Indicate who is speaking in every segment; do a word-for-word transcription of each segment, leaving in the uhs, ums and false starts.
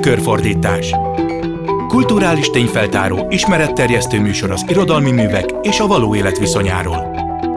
Speaker 1: Tükörfordítás. Kulturális tényfeltáró, ismeretterjesztő műsor az irodalmi művek és a való élet viszonyáról.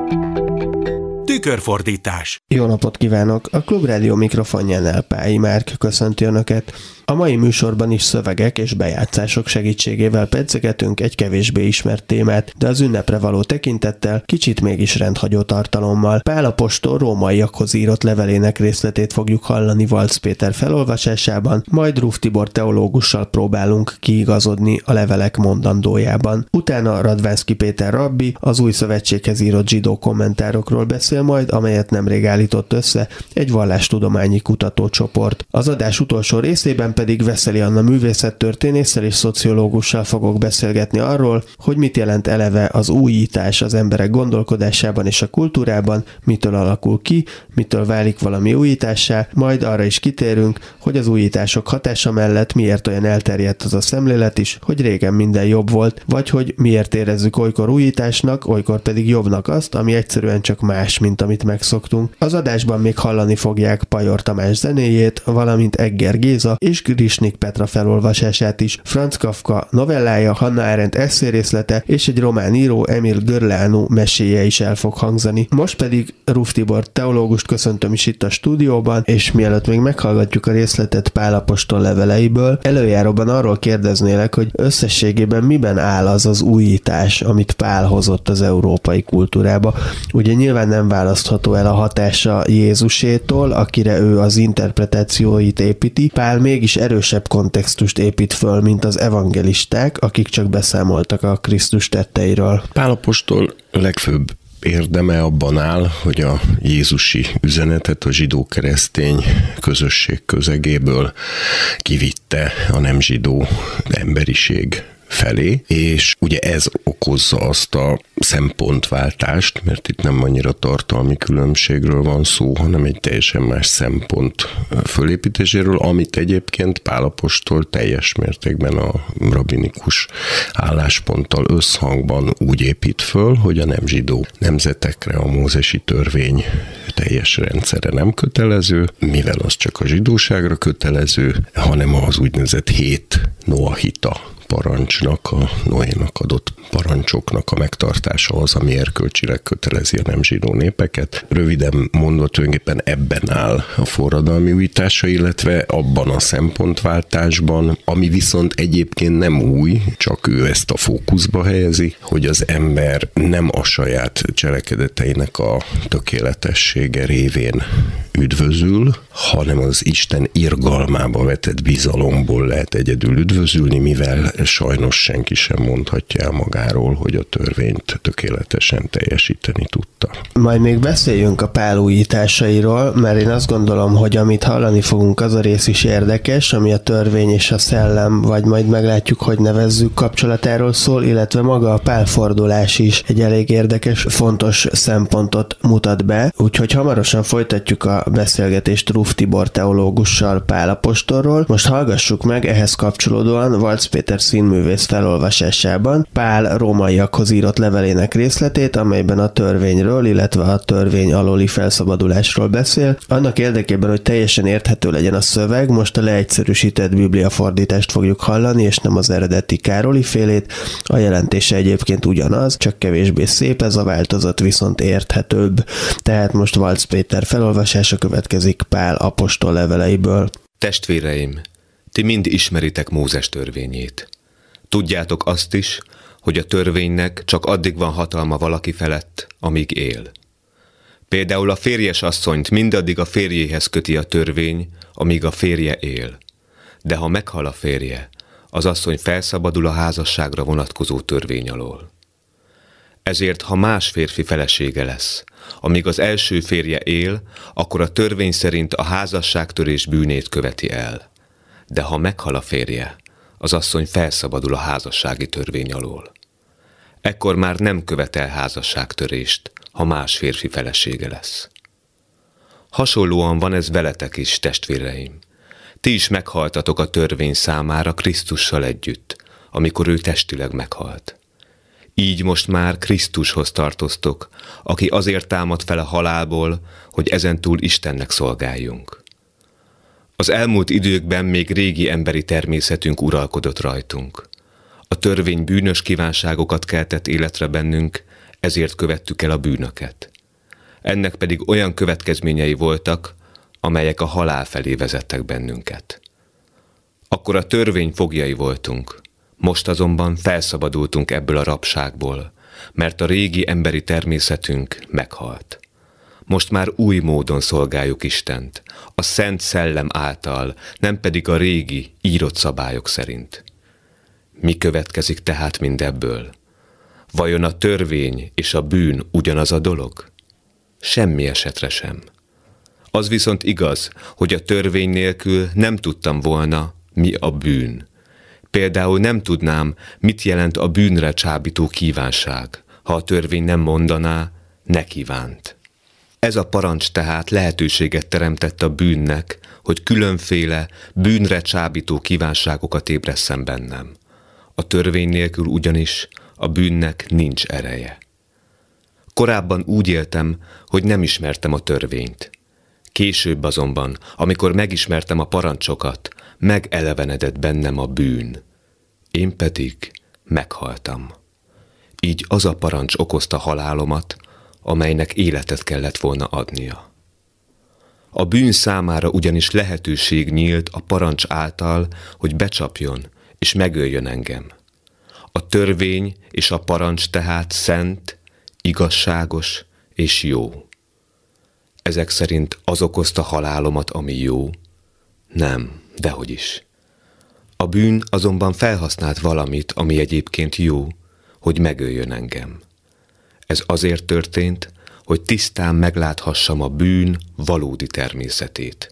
Speaker 1: Tükörfordítás.
Speaker 2: Jó napot kívánok! A Klubrádió mikrofonjánál Pályi Márk köszönti Önöket. A mai műsorban is szövegek és bejátszások segítségével pedzegetünk egy kevésbé ismert témát, de az ünnepre való tekintettel kicsit mégis rendhagyó tartalommal. Pál apostol rómaiakhoz írott levelének részletét fogjuk hallani Valc Péter felolvasásában, majd Ruf Tibor teológussal próbálunk kiigazodni a levelek mondandójában. Utána Radvánszky Péter rabbi az Új Szövetséghez írott zsidó kommentárokról beszél majd, amelyet nemrég állított össze egy vallástudományi kutatócsoport. Az adás utolsó részében pedig Veszeli Anna művészettörténésszel és szociológussal fogok beszélgetni arról, hogy mit jelent eleve az újítás az emberek gondolkodásában és a kultúrában, mitől alakul ki, mitől válik valami újítássá, majd arra is kitérünk, hogy az újítások hatása mellett miért olyan elterjedt az a szemlélet is, hogy régen minden jobb volt, vagy hogy miért érezzük olykor újításnak, olykor pedig jobbnak azt, ami egyszerűen csak más, mint amit megszoktunk. Az adásban még hallani fogják Pajor Tamás zenéjét, valamint Egger Géza és Grisnik Petra felolvasását is, Franz Kafka novellája, Hannah Arendt esszéréslete és egy román író, Emil Görleanu meséje is el fog hangzani. Most pedig Ruf Tibor teológust köszöntöm is itt a stúdióban, és mielőtt még meghallgatjuk a részletet Pál apostol leveleiből, előjáróban arról kérdeznélek, hogy összességében miben áll az az újítás, amit Pál hozott az európai kultúrába. Ugye nyilván nem választható el a hatása Jézusétól, akire ő az interpretációit építi. Pál mégis erősebb kontextust épít föl, mint az evangelisták, akik csak beszámoltak a Krisztus tetteiről.
Speaker 3: Pál apostol legfőbb érdeme abban áll, hogy a jézusi üzenetet a zsidó-keresztény közösség közegéből kivitte a nem zsidó emberiség felé, és ugye ez okozza azt a szempontváltást, mert itt nem annyira tartalmi különbségről van szó, hanem egy teljesen más szempont fölépítéséről, amit egyébként Pál apostol teljes mértékben a rabbinikus állásponttal összhangban úgy épít föl, hogy a nem zsidó nemzetekre a mózesi törvény teljes rendszere nem kötelező, mivel az csak a zsidóságra kötelező, hanem az úgynevezett hét noahita parancsnak, a Noénak adott parancsoknak a megtartása az, ami erkölcsileg kötelezi a nem zsidó népeket. Röviden mondva tulajdonképpen ebben áll a forradalmi újítása, illetve abban a szempontváltásban, ami viszont egyébként nem új, csak ő ezt a fókuszba helyezi, hogy az ember nem a saját cselekedeteinek a tökéletessége révén üdvözül, hanem az Isten irgalmába vetett bizalomból lehet egyedül üdvözülni, mivel sajnos senki sem mondhatja el magáról, hogy a törvényt tökéletesen teljesíteni tudta.
Speaker 2: Majd még beszéljünk a Pál újításairól, mert én azt gondolom, hogy amit hallani fogunk, az a rész is érdekes, ami a törvény és a szellem, vagy majd meglátjuk, hogy nevezzük, kapcsolatáról szól, illetve maga a Pál fordulás is egy elég érdekes, fontos szempontot mutat be, úgyhogy hamarosan folytatjuk a beszélgetést Ruf Tibor teológussal Pál apostolról. Most hallgassuk meg ehhez kapcsolódóan Valc Péter színművész felolvasásában Pál rómaiakhoz írott levelének részletét, amelyben a törvényről, illetve a törvény alóli felszabadulásról beszél. Annak érdekében, hogy teljesen érthető legyen a szöveg, most a leegyszerűsített bibliafordítást fogjuk hallani, és nem az eredeti Károli félét. A jelentése egyébként ugyanaz, csak kevésbé szép, ez a változat viszont érthetőbb. Tehát most Valc Péter felolvasása következik Pál apostol leveleiből.
Speaker 4: Testvéreim, ti mind ismeritek Mózes törvényét. Tudjátok azt is, hogy a törvénynek csak addig van hatalma valaki felett, amíg él. Például a férjes asszonyt mindaddig a férjéhez köti a törvény, amíg a férje él. De ha meghal a férje, az asszony felszabadul a házasságra vonatkozó törvény alól. Ezért, ha más férfi felesége lesz, amíg az első férje él, akkor a törvény szerint a házasságtörés bűnét követi el. De ha meghal a férje, az asszony felszabadul a házassági törvény alól. Ekkor már nem követel házasságtörést, ha más férfi felesége lesz. Hasonlóan van ez veletek is, testvéreim. Ti is meghaltatok a törvény számára Krisztussal együtt, amikor ő testileg meghalt. Így most már Krisztushoz tartoztok, aki azért támad fel a halálból, hogy ezentúl Istennek szolgáljunk. Az elmúlt időkben még régi emberi természetünk uralkodott rajtunk. A törvény bűnös kívánságokat keltett életre bennünk, ezért követtük el a bűnöket. Ennek pedig olyan következményei voltak, amelyek a halál felé vezettek bennünket. Akkor a törvény foglyai voltunk, most azonban felszabadultunk ebből a rabságból, mert a régi emberi természetünk meghalt. Most már új módon szolgáljuk Istent, a Szent Szellem által, nem pedig a régi, írott szabályok szerint. Mi következik tehát mindebből? Vajon a törvény és a bűn ugyanaz a dolog? Semmi esetre sem. Az viszont igaz, hogy a törvény nélkül nem tudtam volna, mi a bűn. Például nem tudnám, mit jelent a bűnre csábító kívánság, ha a törvény nem mondaná, ne kívánt. Ez a parancs tehát lehetőséget teremtett a bűnnek, hogy különféle bűnre csábító kívánságokat ébresszen bennem. A törvény nélkül ugyanis a bűnnek nincs ereje. Korábban úgy éltem, hogy nem ismertem a törvényt. Később azonban, amikor megismertem a parancsokat, megelevenedett bennem a bűn. Én pedig meghaltam. Így az a parancs okozta halálomat, amelynek életet kellett volna adnia. A bűn számára ugyanis lehetőség nyílt a parancs által, hogy becsapjon és megöljön engem. A törvény és a parancs tehát szent, igazságos és jó. Ezek szerint az okozta halálomat, ami jó? Nem, dehogy is. A bűn azonban felhasznált valamit, ami egyébként jó, hogy megöljön engem. Ez azért történt, hogy tisztán megláthassam a bűn valódi természetét.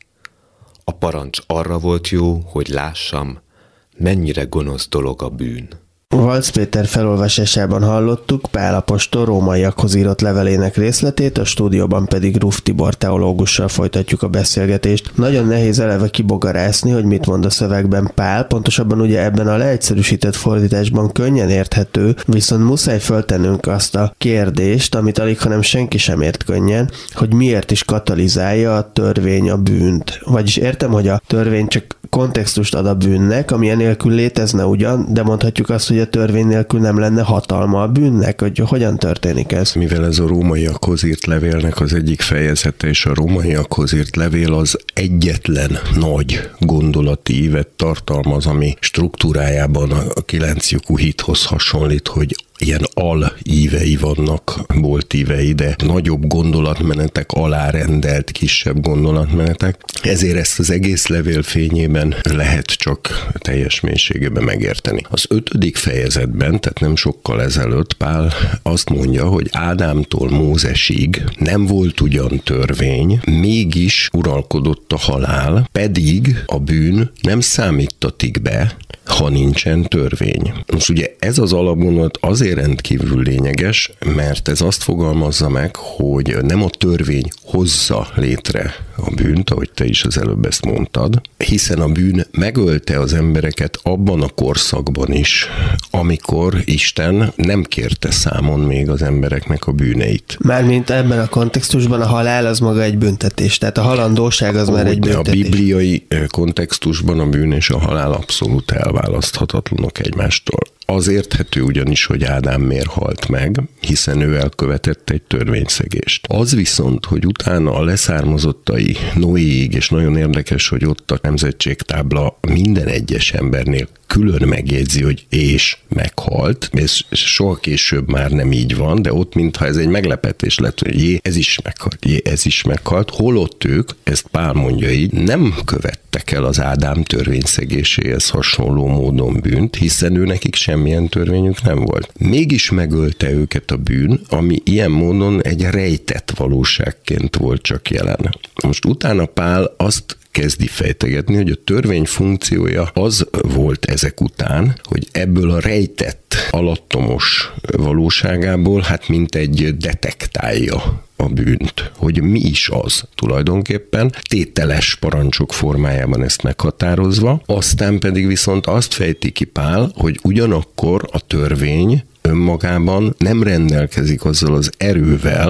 Speaker 4: A parancs arra volt jó, hogy lássam, mennyire gonosz dolog a bűn.
Speaker 2: Valc Péter felolvasásában hallottuk Pál apostol rómaiakhoz írott levelének részletét, a stúdióban pedig Ruf Tibor teológussal folytatjuk a beszélgetést. Nagyon nehéz eleve kibogarászni, hogy mit mond a szövegben Pál, pontosabban ugye ebben a leegyszerűsített fordításban könnyen érthető, viszont muszáj föltennünk azt a kérdést, amit alig, hanem senki sem ért könnyen, hogy miért is katalizálja a törvény a bűnt. Vagyis értem, hogy a törvény csak kontextust ad a bűnnek, ami enélkül létezne ugyan, de mondhatjuk azt, hogy a törvény nélkül nem lenne hatalma a bűnnek, hogy hogyan történik ez?
Speaker 3: Mivel ez a rómaiakhoz írt levélnek az egyik fejezete, és a rómaiakhoz írt levél az egyetlen nagy gondolati ívet tartalmaz, ami struktúrájában a kilenc lyukú hithoz hasonlít, hogy ilyen al-ívei vannak, volt ívei, de nagyobb gondolatmenetek alá rendelt kisebb gondolatmenetek. Ezért ezt az egész levél fényében lehet csak teljes mélységében megérteni. Az ötödik fejezetben, tehát nem sokkal ezelőtt Pál azt mondja, hogy Ádámtól Mózesig nem volt ugyan törvény, mégis uralkodott a halál, pedig a bűn nem számítatik be, ha nincsen törvény. Most ugye ez az alapgondolat azért rendkívül lényeges, mert ez azt fogalmazza meg, hogy nem a törvény hozza létre a bűnt, ahogy te is az előbb ezt mondtad, hiszen a bűn megölte az embereket abban a korszakban is, amikor Isten nem kérte számon még az embereknek a bűneit.
Speaker 2: Mármint ebben a kontextusban a halál az maga egy büntetés, tehát a halandóság az már egy büntetés.
Speaker 3: A bibliai kontextusban a bűn és a halál abszolút elválaszthatatlanok egymástól. Az érthető ugyanis, hogy Ádám miért halt meg, hiszen ő elkövetett egy törvényszegést. Az viszont, hogy utána a leszármazottai Noéig, és nagyon érdekes, hogy ott a nemzetségtábla minden egyes embernél külön megjegyzi, hogy és meghalt, és soha később már nem így van, de ott mintha ez egy meglepetés lett, hogy jé, ez is meghalt, jé, ez is meghalt, holott ők, ezt Pál mondja így, nem követtek el az Ádám törvényszegéséhez hasonló módon bűnt, hiszen ő nekik semmilyen törvényük nem volt. Mégis megölte őket a bűn, ami ilyen módon egy rejtett valóságként volt csak jelen. Most utána Pál azt kezdi fejtegetni, hogy a törvény funkciója az volt ezek után, hogy ebből a rejtett alattomos valóságából hát mint egy detektálja a bűnt, hogy mi is az tulajdonképpen, tételes parancsok formájában ezt meghatározva, aztán pedig viszont azt fejti ki Pál, hogy ugyanakkor a törvény önmagában nem rendelkezik azzal az erővel,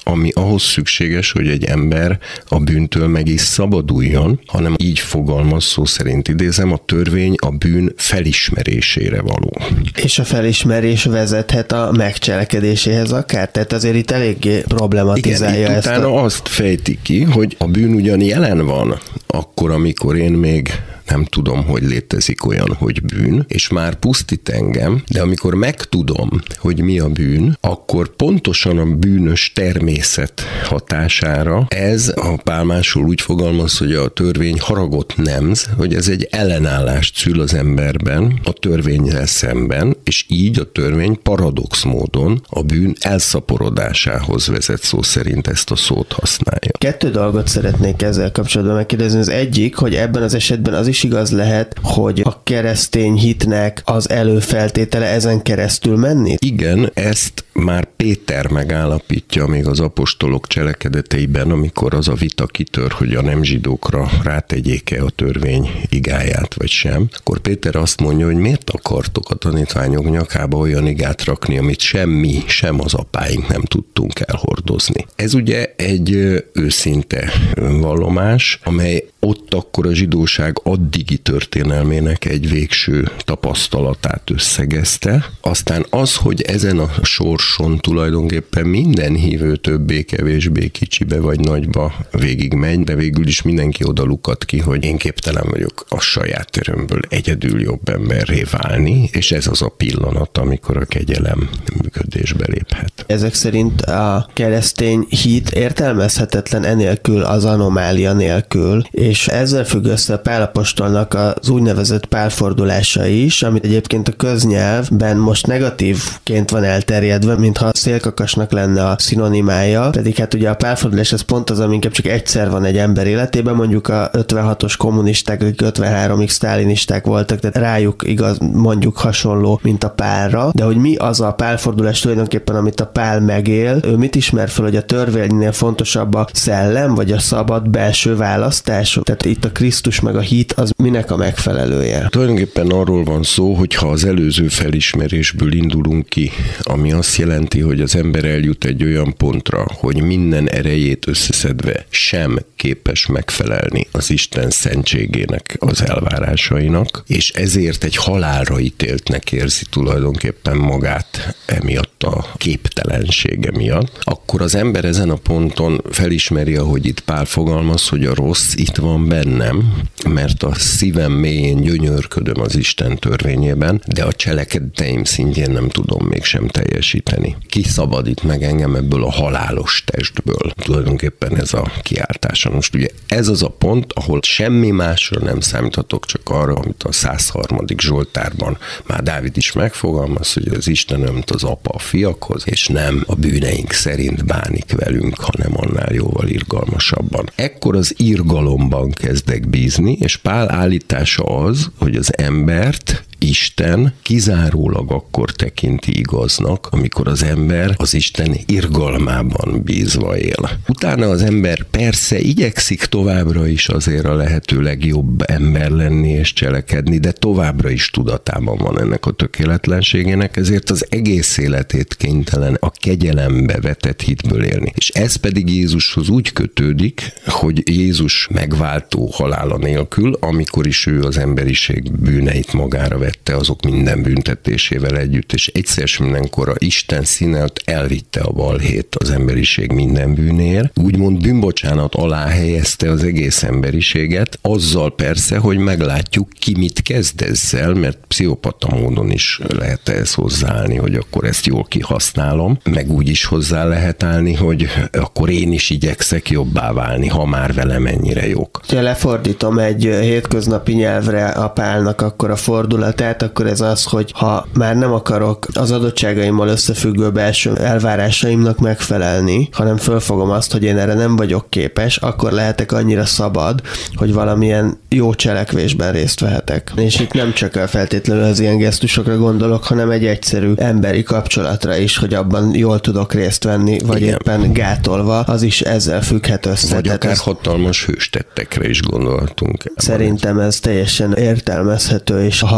Speaker 3: ami ahhoz szükséges, hogy egy ember a bűntől meg is szabaduljon, hanem így fogalmaz, szó szerint idézem, a törvény a bűn felismerésére való.
Speaker 2: És a felismerés vezethet a megcselekedéséhez akár? Tehát azért itt eléggé problematizálja.
Speaker 3: Igen,
Speaker 2: ezt
Speaker 3: utána
Speaker 2: a...
Speaker 3: azt fejti ki, hogy a bűn ugyan jelen van, akkor, amikor én még nem tudom, hogy létezik olyan, hogy bűn, és már pusztít engem, de amikor megtudom, hogy mi a bűn, akkor pontosan a bűnös természet hatására ez, a Pál máshol úgy fogalmaz, hogy a törvény haragot nemz, hogy ez egy ellenállást szül az emberben a törvénnyel szemben, és így a törvény paradox módon a bűn elszaporodásához vezet, szó szerint ezt a szót használja.
Speaker 2: Kettő dolgot szeretnék ezzel kapcsolatban megkérdezni. Az egyik, hogy ebben az esetben az is igaz lehet, hogy a keresztény hitnek az előfeltétele ezen keresztül menni?
Speaker 3: Igen, ezt már Péter megállapítja még az apostolok cselekedeteiben, amikor az a vita kitör, hogy a nem zsidókra rátegyék-e a törvény igáját, vagy sem. Akkor Péter azt mondja, hogy miért akartok a tanítványok nyakába olyan igát rakni, amit sem mi, sem az apáink nem tudtunk elhordozni. Ez ugye egy őszinte vallomás, amely ott akkor a zsidóság addigi történelmének egy végső tapasztalatát összegezte. Aztán az, hogy ezen a sorson tulajdonképpen minden hívő többé-kevésbé kicsibe vagy nagyba végig megy, de végül is mindenki oda lukat ki, hogy én képtelen vagyok a saját erőmből egyedül jobb emberré válni, és ez az a pillanat, amikor a kegyelem működésbe léphet.
Speaker 2: Ezek szerint a keresztény hit értelmezhetetlen enélkül, az anomália nélkül, és ezzel függ össze Pál apostolnak az úgynevezett pálfordulása is, amit egyébként a köznyelvben most negatívként van elterjedve, mintha a szélkakasnak lenne a szinonimája, pedig hát ugye a pálfordulás ez pont az, ami inkább csak egyszer van egy ember életében, mondjuk a ötvenhatos kommunisták, akik ötvenháromig sztálinisták voltak, tehát rájuk igaz, mondjuk hasonló, mint a Pálra, de hogy mi az a pálfordulás tulajdonképpen, amit a Pál megél, ő mit ismer fel, hogy a törvénynél fontosabb a szellem, vagy a szabad belső választás? Tehát itt a Krisztus meg a hit az minek a megfelelője?
Speaker 3: Tulajdonképpen arról van szó, hogy ha az előző felismerésből indulunk ki, ami azt jelenti, hogy az ember eljut egy olyan pontra, hogy minden erejét összeszedve sem képes megfelelni az Isten szentségének, az elvárásainak, és ezért egy halálra ítéltnek érzi tulajdonképpen magát emiatt a képtelensége miatt, akkor az ember ezen a ponton felismeri, ahogy itt Pál fogalmaz, hogy a rossz itt van bennem, mert a szívem mélyén gyönyörködöm az Isten törvényében, de a cselekedeteim szintjén nem tudom mégsem teljesíteni. Ki szabadít meg engem ebből a halálos testből? Tulajdonképpen ez a kiáltása. Most ugye ez az a pont, ahol semmi másra nem számíthatok, csak arra, amit a százharmadik Zsoltárban már Dávid is megfogalmaz, hogy az Isten ömt az apa a fiakhoz, és nem a bűneink szerint bánik velünk, hanem annál jóval irgalmasabban. Ekkor az irgalomban kezdek bízni, és Pál állítása az, hogy az embert Isten kizárólag akkor tekinti igaznak, amikor az ember az Isten irgalmában bízva él. Utána az ember persze igyekszik továbbra is azért a lehető legjobb ember lenni és cselekedni, de továbbra is tudatában van ennek a tökéletlenségének, ezért az egész életét kénytelen a kegyelembe vetett hitből élni. És ez pedig Jézushoz úgy kötődik, hogy Jézus megváltó halála nélkül, amikor is ő az emberiség bűneit magára vett, azok minden büntetésével együtt, és egyszer s mindenkorra Isten színelt elvitte a balhét az emberiség minden bűnéért, úgymond bűnbocsánat alá helyezte az egész emberiséget, azzal persze, hogy meglátjuk, ki mit kezd ezzel, mert pszichopata módon is lehet ehhez hozzáállni, hogy akkor ezt jól kihasználom, meg úgy is hozzá lehet állni, hogy akkor én is igyekszek jobbá válni, ha már velem ennyire jók.
Speaker 2: Ha lefordítom egy hétköznapi nyelvre a Pálnak akkor a fordulatát, akkor ez az, hogy ha már nem akarok az adottságaimmal összefüggő belső elvárásaimnak megfelelni, hanem fölfogom azt, hogy én erre nem vagyok képes, akkor lehetek annyira szabad, hogy valamilyen jó cselekvésben részt vehetek. És itt nem csak feltétlenül az ilyen gesztusokra gondolok, hanem egy egyszerű emberi kapcsolatra is, hogy abban jól tudok részt venni, vagy igen, éppen gátolva, az is ezzel függhet össze.
Speaker 3: Vagy akár
Speaker 2: ez...
Speaker 3: hatalmas hőstettekre is gondolhatunk.
Speaker 2: Szerintem ez teljesen értelmezhető és hasznos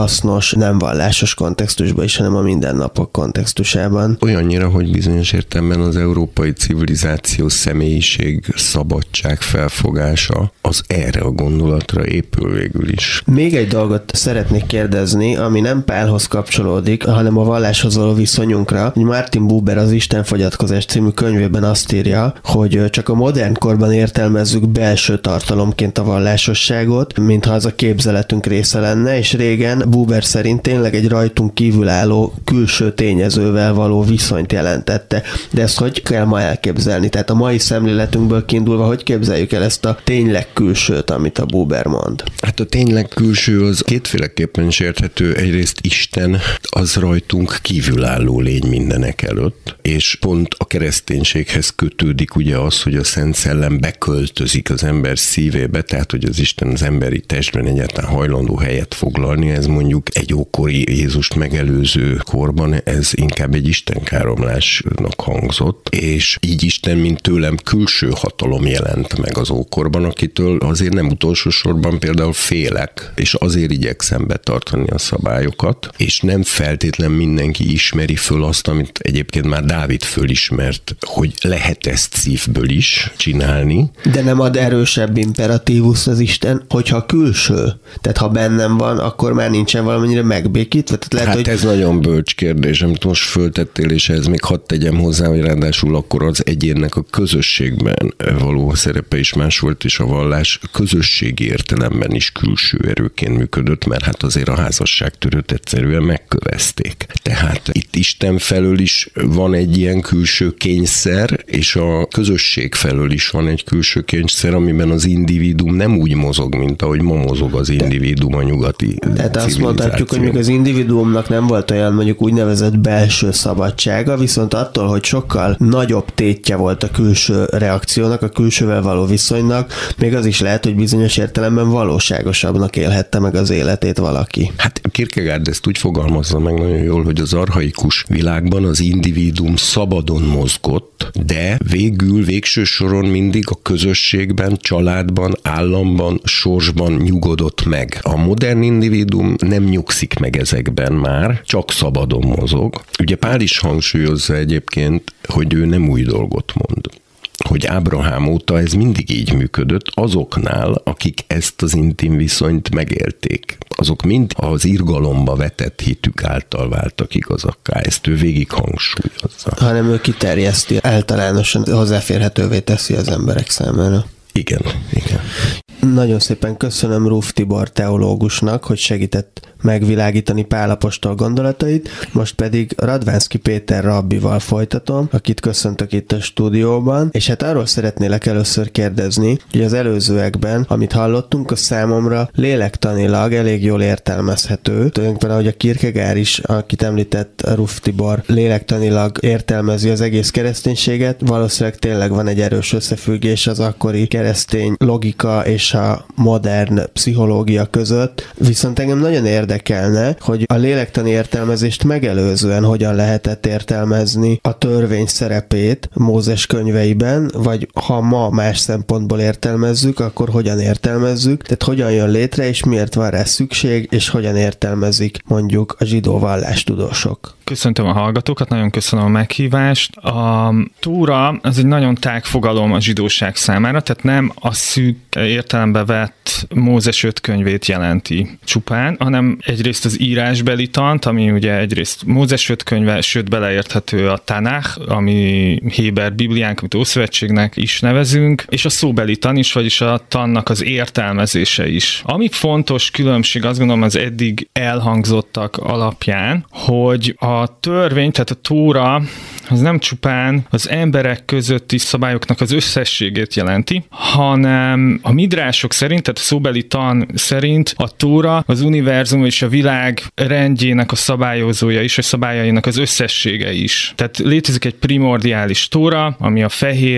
Speaker 2: számos nem vallásos kontextusban is, hanem a mindennapok kontextusában.
Speaker 3: Olyannyira, hogy bizonyos értelemben az európai civilizáció személyiség, szabadság felfogása az erre a gondolatra épül végül is.
Speaker 2: Még egy dolgot szeretnék kérdezni, ami nem Pálhoz kapcsolódik, hanem a valláshoz való viszonyunkra. Martin Buber az Istenfogyatkozás című könyvében azt írja, hogy csak a modern korban értelmezzük belső tartalomként a vallásosságot, mintha az a képzeletünk része lenne, és régen Buber szerint tényleg egy rajtunk kívülálló külső tényezővel való viszonyt jelentette. De ezt hogy kell ma elképzelni? Tehát a mai szemléletünkből kiindulva, hogy képzeljük el ezt a tényleg külsőt, amit a Buber mond?
Speaker 3: Hát a tényleg külső az kétféleképpen is érthető. Egyrészt Isten az rajtunk kívülálló lény mindenek előtt, és pont a kereszténységhez kötődik ugye az, hogy a Szent Szellem beköltözik az ember szívébe, tehát hogy az Isten az emberi testben egyáltalán hajlandó helyet foglalni, ez mondjuk egy ókori Jézust megelőző korban ez inkább egy istenkáromlásnak hangzott, és így Isten, mint tőlem külső hatalom jelent meg az ókorban, akitől azért nem utolsó sorban például félek, és azért igyekszem betartani a szabályokat, és nem feltétlen mindenki ismeri föl azt, amit egyébként már Dávid fölismert, hogy lehet ezt szívből is csinálni.
Speaker 2: De nem ad erősebb imperatívus az Isten, hogyha külső. Tehát ha bennem van, akkor már nincsen valamennyire megbékítve. Tehát lehet,
Speaker 3: hát
Speaker 2: hogy...
Speaker 3: ez nagyon bölcs kérdés, amit most föltettél, és ez még hadd tegyem hozzá, hogy ráadásul akkor az egyénnek a közösségben való szerepe is más volt, és a vallás közösségi értelemben is külső erőként működött, mert hát azért a házasságtörőt egyszerűen megkövezték. Tehát itt Isten felől is van egy ilyen külső kényszer, és a közösség felől is van egy külső kényszer, amiben az individuum nem úgy mozog, mint ahogy ma mozog az individuum a nyugati
Speaker 2: Tehát azt mondhatjuk, hogy még az individuumnak nem volt olyan mondjuk úgynevezett belső szabadsága, viszont attól, hogy sokkal nagyobb tétje volt a külső reakciónak, a külsővel való viszonynak, még az is lehet, hogy bizonyos értelemben valóságosabbnak élhette meg az életét valaki.
Speaker 3: Hát Kierkegaard ezt úgy fogalmazza meg nagyon jól, hogy az archaikus világban az individuum szabadon mozgott, de végül, végső soron mindig a közösségben, családban, államban, sorsban nyugodott meg. A modern individuum nem nyugszik meg ezekben már, csak szabadon mozog. Ugye Pál is hangsúlyozza egyébként, hogy ő nem új dolgot mond. Hogy Ábrahám óta ez mindig így működött azoknál, akik ezt az intim viszonyt megélték. Azok mind az irgalomba vetett hitük által váltak igazakká. Ezt ő végig hangsúlyozza.
Speaker 2: Hanem ő kiterjeszti, általánosan hozzáférhetővé teszi az emberek számára.
Speaker 3: Igen, igen.
Speaker 2: Nagyon szépen köszönöm Ruf Tibor teológusnak, hogy segített megvilágítani Pál apostol gondolatait, most pedig Radvánszky Péter rabbival folytatom, akit köszöntök itt a stúdióban, és hát arról szeretnélek először kérdezni, hogy az előzőekben, amit hallottunk, a számomra lélektanilag elég jól értelmezhető. Tulajdonképpen, ahogy a Kierkegaard is, akit említett Ruf Tibor, lélektanilag értelmezi az egész kereszténységet, valószínűleg tényleg van egy erős összefüggés az akkori keresztény logika és a modern pszichológia között, viszont engem nagyon érdekelne, hogy a lélektani értelmezést megelőzően hogyan lehetett értelmezni a törvény szerepét Mózes könyveiben, vagy ha ma más szempontból értelmezzük, akkor hogyan értelmezzük, tehát hogyan jön létre, és miért van rá szükség, és hogyan értelmezik mondjuk a zsidó vallástudósok.
Speaker 5: Köszöntöm a hallgatókat, nagyon köszönöm a meghívást. A Tóra az egy nagyon tág fogalom a zsidóság számára, tehát nem a szűk értelembe vett Mózes öt könyvét jelenti csupán, hanem egyrészt az írásbeli tant, ami ugye egyrészt Mózes öt könyve, sőt beleérthető a Tanach, ami Héber Bibliánk, amit Ószövetségnek is nevezünk, és a szóbeli tan is, vagyis a tannak az értelmezése is. Ami fontos különbség, azt gondolom az eddig elhangzottak alapján, hogy a törvény, tehát a Tóra, az nem csupán az emberek közötti szabályoknak az összességét jelenti, hanem a midrások szerint, tehát a szóbeli tan szerint a Tóra az univerzum és a világ rendjének a szabályozója is, vagy szabályainak az összessége is. Tehát létezik egy primordiális Tóra, ami a fehér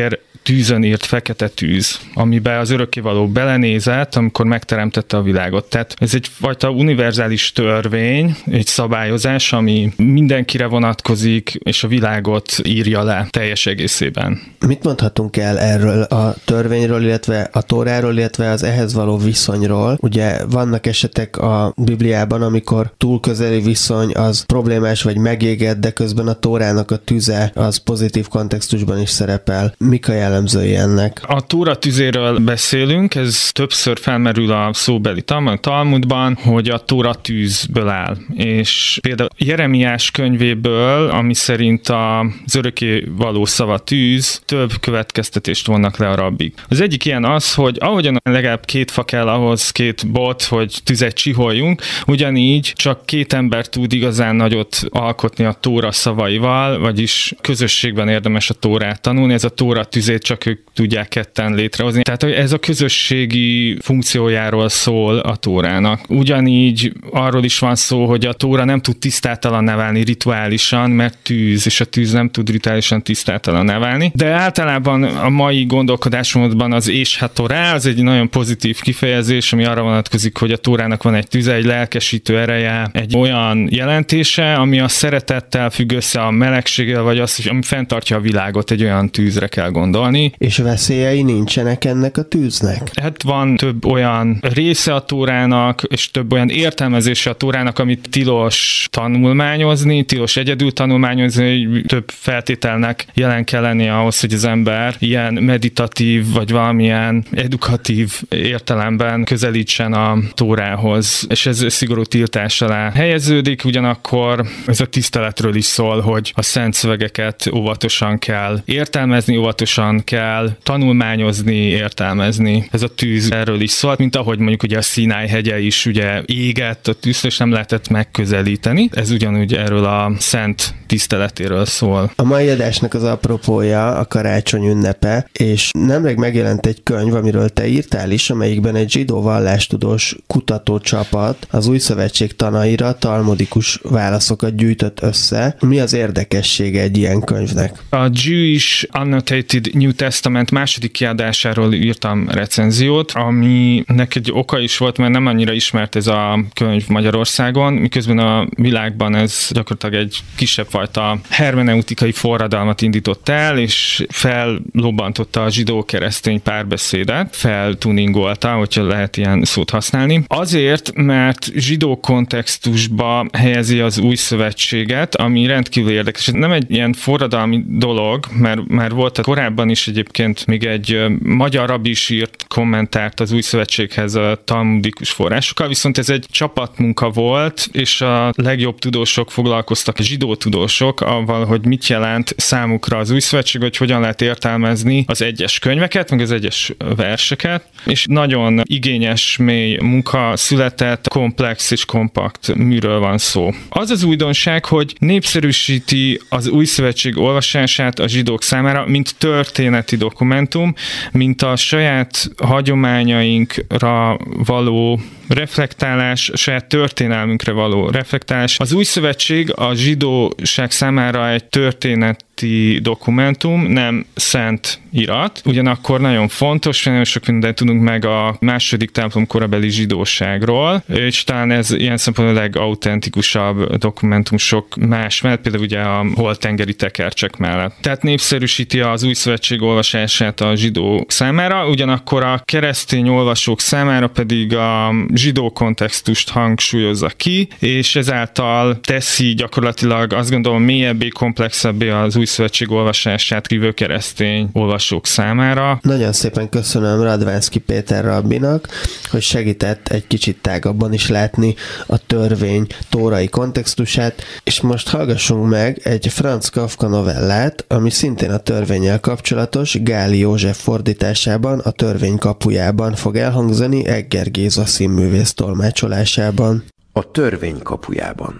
Speaker 5: tűzön írt fekete tűz, amiben az örökkévaló belenézett, amikor megteremtette a világot. Tehát ez egyfajta univerzális törvény, egy szabályozás, ami mindenkire vonatkozik, és a világot írja le teljes egészében.
Speaker 2: Mit mondhatunk el erről a törvényről, illetve a Tóráról, illetve az ehhez való viszonyról? Ugye vannak esetek a Bibliában, amikor túl közeli viszony az problémás vagy megégett, de közben a Tórának a tüze az pozitív kontextusban is szerepel. Mik a jellemzői ennek?
Speaker 5: A Tóra tüzéről beszélünk, ez többször felmerül a szóbeli Talmudban, hogy a Tóra tűzből áll. És például Jeremiás könyvéből, ami szerint az örökké való szava tűz, több következtetést vonnak le a rabbik. Az egyik ilyen az, hogy ahogyan legalább két fa kell ahhoz, két bot, hogy tüzet csiholjunk, ugyanígy csak két ember tud igazán nagyot alkotni a Tóra szavaival, vagyis közösségben érdemes a Tórát tanulni, ez a Tóra tüzét csak ők tudják ketten létrehozni. Tehát ez a közösségi funkciójáról szól a Tórának. Ugyanígy arról is van szó, hogy a Tóra nem tud tisztátalanná válni rituálisan, mert tűz, és a tűz nem tud rituálisan tisztátalanná válni. De általában a mai gondolkodásmódban az Ésha Torá, az egy nagyon pozitív kifejezés, ami arra vonatkozik, hogy a Tórának van egy tüze, egy lelkesítő ereje, egy olyan jelentése, ami a szeretettel függ össze, a melegséggel, vagy az, ami fenntartja a világot, egy olyan tűzre kell gondolni.
Speaker 2: És veszélyei nincsenek ennek a tűznek?
Speaker 5: Hát van több olyan része a Tórának, és több olyan értelmezése a Tórának, amit tilos tanulmányozni, tilos egyedül tanulmányozni, több feltételnek jelen kell lennie ahhoz, hogy az ember ilyen meditatív, vagy valamilyen edukatív értelemben közelítsen a Tórához, és ez szigorú tiltás alá helyeződik, ugyanakkor ez a tiszteletről is szól, hogy a szent szövegeket óvatosan kell értelmezni, óvatosan kell tanulmányozni, értelmezni. Ez a tűz erről is szólt, mint ahogy mondjuk ugye a Színáj hegye is ugye égett, a tűz és nem lehetett megközelíteni. Ez ugyanúgy erről a szent tiszteletéről szól.
Speaker 2: A mai adásnak az apropója a karácsony ünnepe, és nemrég megjelent egy könyv, amiről te írtál is, amelyikben egy zsidó vallástudós kutatócsapat az Új Szövetség tanaira talmudikus válaszokat gyűjtött össze. Mi az érdekessége egy ilyen könyvnek?
Speaker 5: A Jewish Annotated New Testament második kiadásáról írtam recenziót, aminek egy oka is volt, mert nem annyira ismert ez a könyv Magyarországon, miközben a világban ez gyakorlatilag egy kisebb fajta hermeneutikai forradalmat indított el, és fellobbantotta a zsidó-keresztény párbeszédet, feltuningolta, hogyha lehet ilyen szót használni. Azért, mert zsidó kontextusba helyezi az Új Szövetséget, ami rendkívül érdekes. Ez nem egy ilyen forradalmi dolog, mert már volt korábban is egyébként még egy magyar rabbi is írt kommentárt az Új Szövetséghez a talmudikus forrásokkal, viszont ez egy csapatmunka volt, és a legjobb tudósok foglalkoztak, a zsidó tudósok, avval, hogy mit jelent számukra az Új Szövetség, hogy hogyan lehet értelmezni az egyes könyveket, meg az egyes verseket, és nagyon igényes, mély munka született, komplex és kompakt műről van szó. Az az újdonság, hogy népszerűsíti az Új Szövetség olvasását a zsidók számára, mint történeti dokumentum, mint a saját hagyományainkra való reflektálás, a saját történelmünkre való reflektálás. Az Új Szövetség a zsidóság számára egy történeti dokumentum, nem szent irat, ugyanakkor nagyon fontos, nagyon sok mindent tudunk meg a második templom korabeli zsidóságról, és talán ez ilyen szempontból a legautentikusabb dokumentum sok más mellett, például ugye a holtengeri tekercsek mellett. Tehát népszerűsíti az Új Szövetség olvasását a zsidók számára, ugyanakkor a keresztény olvasók számára pedig a zsidó kontextust hangsúlyozza ki, és ezáltal teszi gyakorlatilag azt gondolom mélyebbé, komplexebbé az Új Szövetség olvasását hívő keresztény olvasók számára.
Speaker 2: Nagyon szépen köszönöm Radvánszky Péter rabbinak, hogy segített egy kicsit tágabban is látni a törvény tórai kontextusát, és most hallgassunk meg egy Franz Kafka novellát, ami szintén a törvénnyel kapcsolatos, Gáli József fordításában, a Törvény kapujában fog elhangzani Egger Géza színművész tolmácsolásában.
Speaker 6: A Törvény kapujában.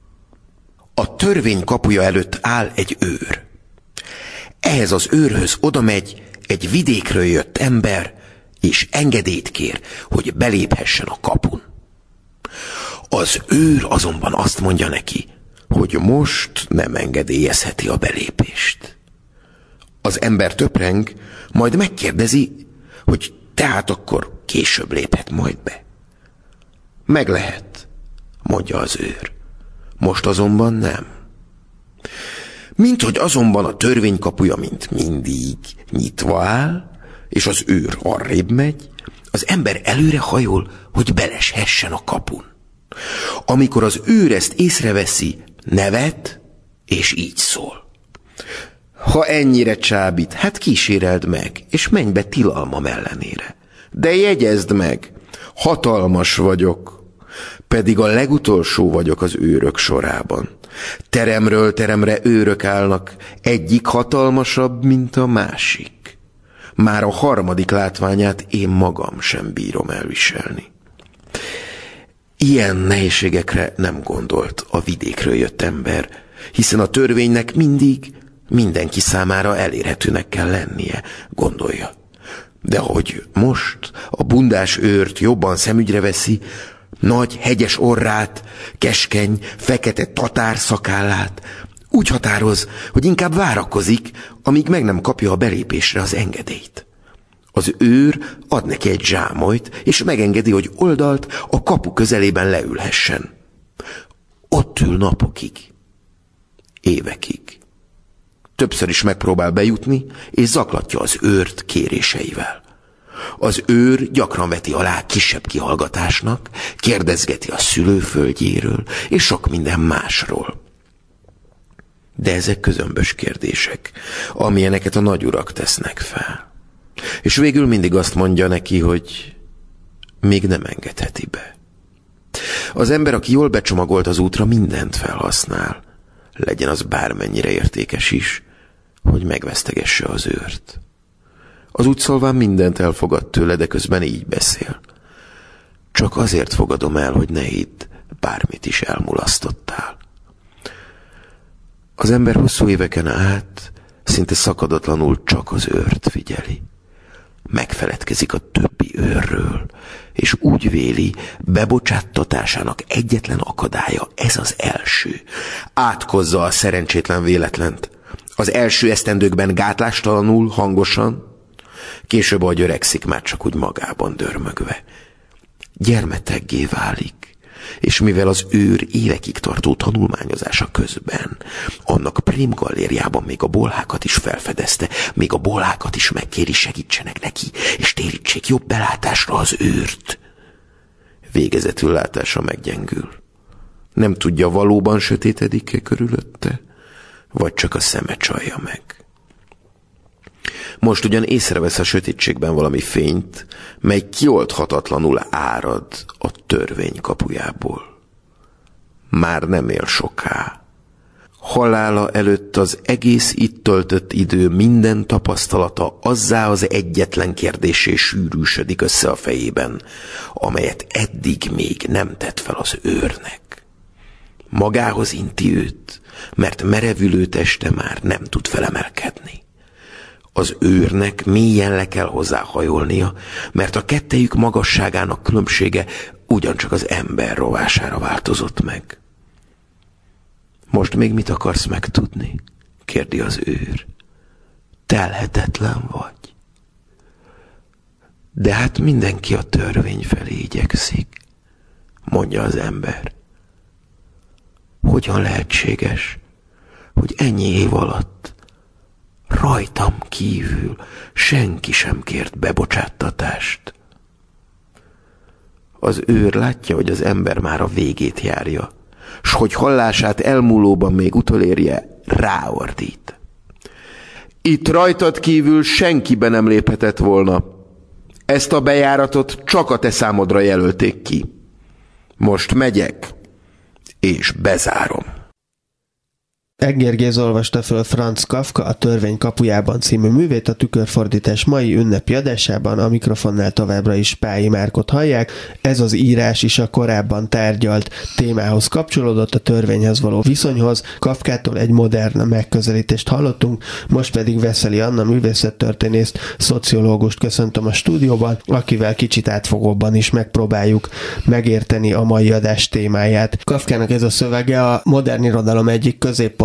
Speaker 6: A törvény kapuja előtt áll egy őr. Ehhez az őrhöz odamegy egy vidékről jött ember, és engedélyt kér, hogy beléphessen a kapun. Az őr azonban azt mondja neki, hogy most nem engedélyezheti a belépést. Az ember töpreng, majd megkérdezi, hogy tehát akkor később léphet majd be. Meg lehet, mondja az őr. Most azonban nem. Minthogy azonban a törvény kapuja, mint mindig, nyitva áll, és az őr arrébb megy, az ember előre hajol, hogy beleshessen a kapun. Amikor az őr ezt észreveszi, nevet, és így szól. Ha ennyire csábít, hát kíséreld meg, és menj be tilalmam ellenére. De jegyezd meg, hatalmas vagyok, pedig a legutolsó vagyok az őrök sorában. Teremről teremre őrök állnak, egyik hatalmasabb, mint a másik. Már a harmadik látványát én magam sem bírom elviselni. Ilyen nehézségekre nem gondolt a vidékről jött ember, hiszen a törvénynek mindig mindenki számára elérhetőnek kell lennie, gondolja. De hogy most a bundás őrt jobban szemügyre veszi, nagy, hegyes orrát, keskeny, fekete tatár szakállát, úgy határoz, hogy inkább várakozik, amíg meg nem kapja a belépésre az engedélyt. Az őr ad neki egy zsámolyt, és megengedi, hogy oldalt a kapu közelében leülhessen. Ott ül napokig, évekig. Többször is megpróbál bejutni, és zaklatja az őrt kéréseivel. Az őr gyakran veti alá kisebb kihallgatásnak, kérdezgeti a szülőföldjéről, és sok minden másról. De ezek közömbös kérdések, amilyeneket a nagyurak tesznek fel. És végül mindig azt mondja neki, hogy még nem engedheti be. Az ember, aki jól becsomagolt az útra, mindent felhasznál, legyen az bármennyire értékes is, hogy megvesztegesse az őrt. Az úgy szólván mindent elfogad tőle, de közben így beszél. Csak azért fogadom el, hogy ne hidd, bármit is elmulasztottál. Az ember hosszú éveken át szinte szakadatlanul csak az őrt figyeli. Megfeledkezik a többi őrről, és úgy véli, bebocsáttatásának egyetlen akadálya ez az első. Átkozza a szerencsétlen véletlent. Az első esztendőkben gátlástalanul, hangosan, később, ahogy öregszik, már csak úgy magában dörmögve. Gyermeteggé válik, és mivel az őr évekig tartó tanulmányozása közben annak prém gallériában még a bolhákat is felfedezte, még a bolhákat is megkéri, segítsenek neki, és térítsék jobb belátásra az őrt. Végezetül látása meggyengül. Nem tudja, valóban sötétedik-e körülötte, vagy csak a szeme csalja meg. Most ugyan észrevesz a sötétségben valami fényt, mely kioldhatatlanul árad a törvény kapujából. Már nem él soká. Halála előtt az egész itt töltött idő minden tapasztalata azzá az egyetlen kérdésé sűrűsödik össze a fejében, amelyet eddig még nem tett fel az őrnek. Magához inti őt, mert merevülő teste már nem tud felemelkedni. Az őrnek mélyen le kell hozzáhajolnia, mert a kettejük magasságának különbsége ugyancsak az ember rovására változott meg. Most még mit akarsz megtudni? Kérdi az őr. Telhetetlen vagy. De hát mindenki a törvény felé igyekszik, mondja az ember. Hogyan lehetséges, hogy ennyi év alatt rajtam kívül senki sem kért bebocsáttatást? Az őr látja, hogy az ember már a végét járja, s hogy hallását elmúlóban még utolérje, ráordít. Itt rajtad kívül senkibe nem léphetett volna. Ezt a bejáratot csak a te számodra jelölték ki. Most megyek, és bezárom.
Speaker 2: Egér Géza olvasta föl Franz Kafka A törvény kapujában című művét, a Tükörfordítás mai ünnepi adásában. A mikrofonnál továbbra is Pályi Márkot hallják. Ez az írás is a korábban tárgyalt témához kapcsolódott, a törvényhez való viszonyhoz. Kafkától egy modern megközelítést hallottunk, most pedig Veszeli Anna művészettörténészt, szociológust köszöntöm a stúdióban, akivel kicsit átfogóbban is megpróbáljuk megérteni a mai adás témáját. Kafkának ez a szövege a modern irodalom egyik középpont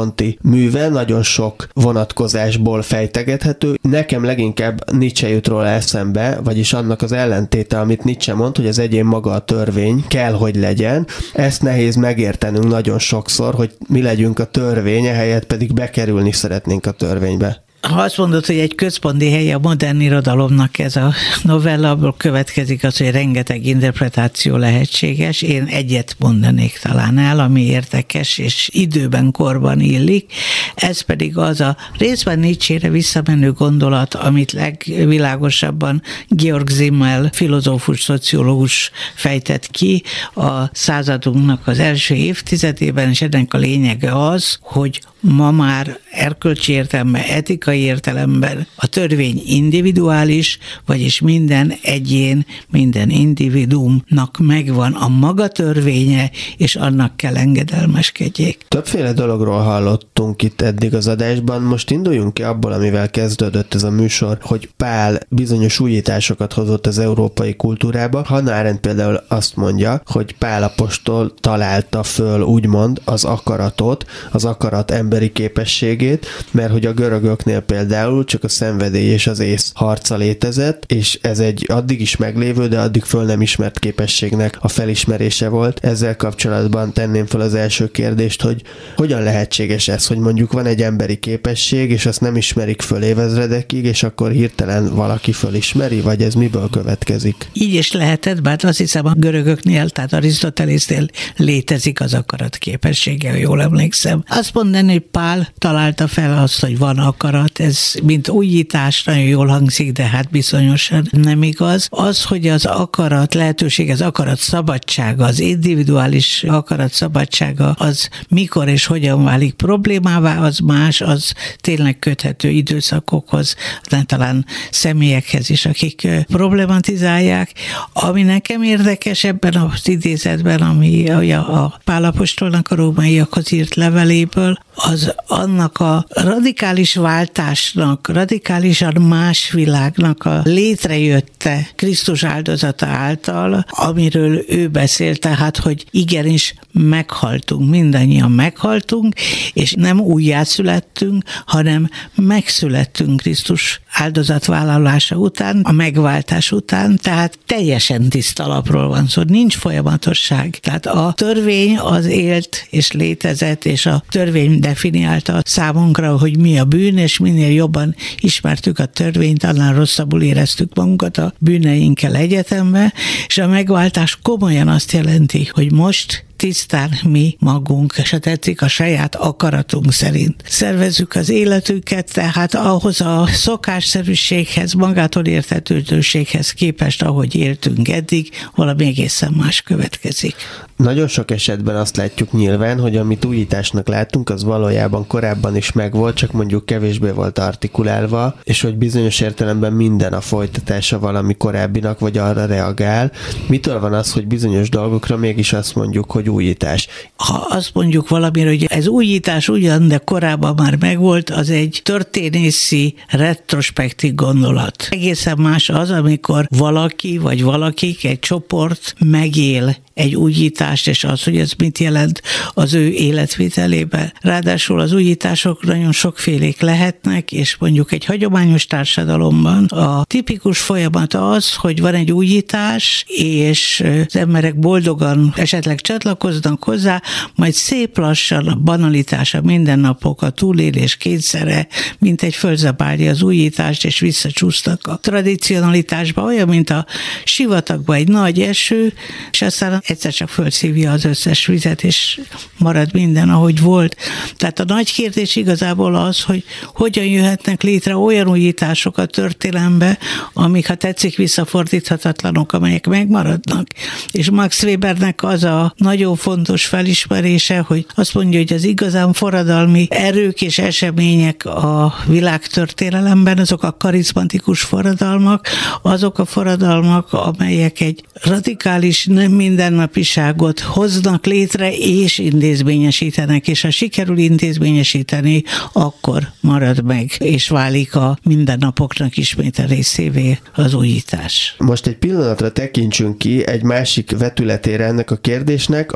Speaker 2: központi műve, nagyon sok vonatkozásból fejtegethető. Nekem leginkább Nietzsche jut róla eszembe, vagyis annak az ellentéte, amit Nietzsche mond, hogy az egyén maga a törvény kell, hogy legyen. Ezt nehéz megértenünk nagyon sokszor, hogy mi legyünk a törvény, helyett pedig bekerülni szeretnénk a törvénybe.
Speaker 7: Ha azt mondod, hogy egy központi helye a modern irodalomnak ez a novella, abból következik az, hogy rengeteg interpretáció lehetséges. Én egyet mondanék talán el, ami érdekes és időben, korban illik. Ez pedig az a részben Nietzsére visszamenő gondolat, amit legvilágosabban Georg Simmel, filozófus, szociológus fejtett ki a századunknak az első évtizedében, és ennek a lényege az, hogy ma már erkölcsi értelemben, etikai értelemben a törvény individuális, vagyis minden egyén, minden individuumnak megvan a maga törvénye, és annak kell engedelmeskedjék.
Speaker 2: Többféle dologról hallottunk itt eddig az adásban, most induljunk ki abból, amivel kezdődött ez a műsor, hogy Pál bizonyos újításokat hozott az európai kultúrába. Hannah Arendt például azt mondja, hogy Pál apostol találta föl, úgymond, az akaratot, az akarat emberi képességét, mert hogy a görögöknél például csak a szenvedély és az ész harca létezett, és ez egy addig is meglévő, de addig föl nem ismert képességnek a felismerése volt. Ezzel kapcsolatban tenném fel az első kérdést, hogy hogyan lehetséges ez, hogy mondjuk van egy emberi képesség, és azt nem ismerik föl évezredekig, és akkor hirtelen valaki fölismeri, vagy ez miből következik?
Speaker 7: Így is lehetett, bár azt hiszem a görögöknél, tehát Arisztotelésznél létezik az akarat képessége, ha jól emlékszem. Azt mondani, hogy Pál találta fel azt, hogy van akarat, ez mint újítás nagyon jól hangzik, de hát bizonyosan nem igaz. Az, hogy az akarat lehetőség, az akarat szabadsága, az individuális akarat szabadsága, az mikor és hogyan válik problémává, az más, az tényleg köthető időszakokhoz, talán személyekhez is, akik problematizálják. Ami nekem érdekes ebben az idézetben, ami a Pál apostolnak a rómaiakhoz írt leveléből, az annak a radikális váltásnak, radikálisan más világnak a létrejötte Krisztus áldozata által, amiről ő beszélt, tehát, hogy igenis meghaltunk, mindannyian meghaltunk, és nem újjászülettünk, hanem megszülettünk Krisztus áldozatvállalása után, a megváltás után, tehát teljesen tiszta lapról van szó, nincs folyamatosság. Tehát a törvény az élt és létezett, és a törvény definiálta számunkra, hogy mi a bűn, és minél jobban ismertük a törvényt, annál rosszabbul éreztük magunkat a bűneinkkel egyetembe, és a megváltás komolyan azt jelenti, hogy most tisztán mi magunk, és ha tetszik, a saját akaratunk szerint szervezzük az életünket, tehát ahhoz a szokásszerűséghez, magától értetődőséghez képest, ahogy éltünk eddig, valami egészen más következik.
Speaker 2: Nagyon sok esetben azt látjuk nyilván, hogy amit újításnak látunk, az valójában korábban is megvolt, csak mondjuk kevésbé volt artikulálva, és hogy bizonyos értelemben minden a folytatása valami korábbinak, vagy arra reagál. Mitől van az, hogy bizonyos dolgokra mégis azt mondjuk, hogy újítás?
Speaker 7: Ha azt mondjuk valamire, hogy ez újítás ugyan, de korábban már megvolt, az egy történészi, retrospektív gondolat. Egészen más az, amikor valaki, vagy valakik, egy csoport megél egy újítást, és az, hogy ez mit jelent az ő életvitelében. Ráadásul az újítások nagyon sokfélék lehetnek, és mondjuk egy hagyományos társadalomban a tipikus folyamat az, hogy van egy újítás, és az emberek boldogan esetleg csatlakoznak hozzá, majd szép lassan a banalitás, a mindennapok, a túlélés kényszere, mint egy fölzabálja az újítást, és visszacsúsztak a tradicionalitásba, olyan, mint a sivatagba egy nagy eső, és aztán egyszer csak fölszívja az összes vizet, és marad minden, ahogy volt. Tehát a nagy kérdés igazából az, hogy hogyan jöhetnek létre olyan újítások a történelembe, amik, ha tetszik, visszafordíthatatlanok, amelyek megmaradnak. És Max Webernek az a nagyon fontos felismerése, hogy azt mondja, hogy az igazán forradalmi erők és események a világtörténelemben, azok a karizmatikus forradalmak, azok a forradalmak, amelyek egy radikális, nem mindennapiságot hoznak létre és intézményesítenek, és ha sikerül intézményesíteni, akkor marad meg, és válik a mindennapoknak ismét a részévé az újítás.
Speaker 2: Most egy pillanatra tekintsünk ki egy másik vetületére ennek a kérdésnek,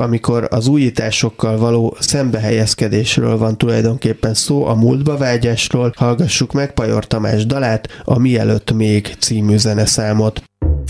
Speaker 2: amikor az újításokkal való szembehelyezkedésről van tulajdonképpen szó, a múltba vágyásról. Hallgassuk meg Pajor Tamás dalát, a Mielőtt még című zeneszámot.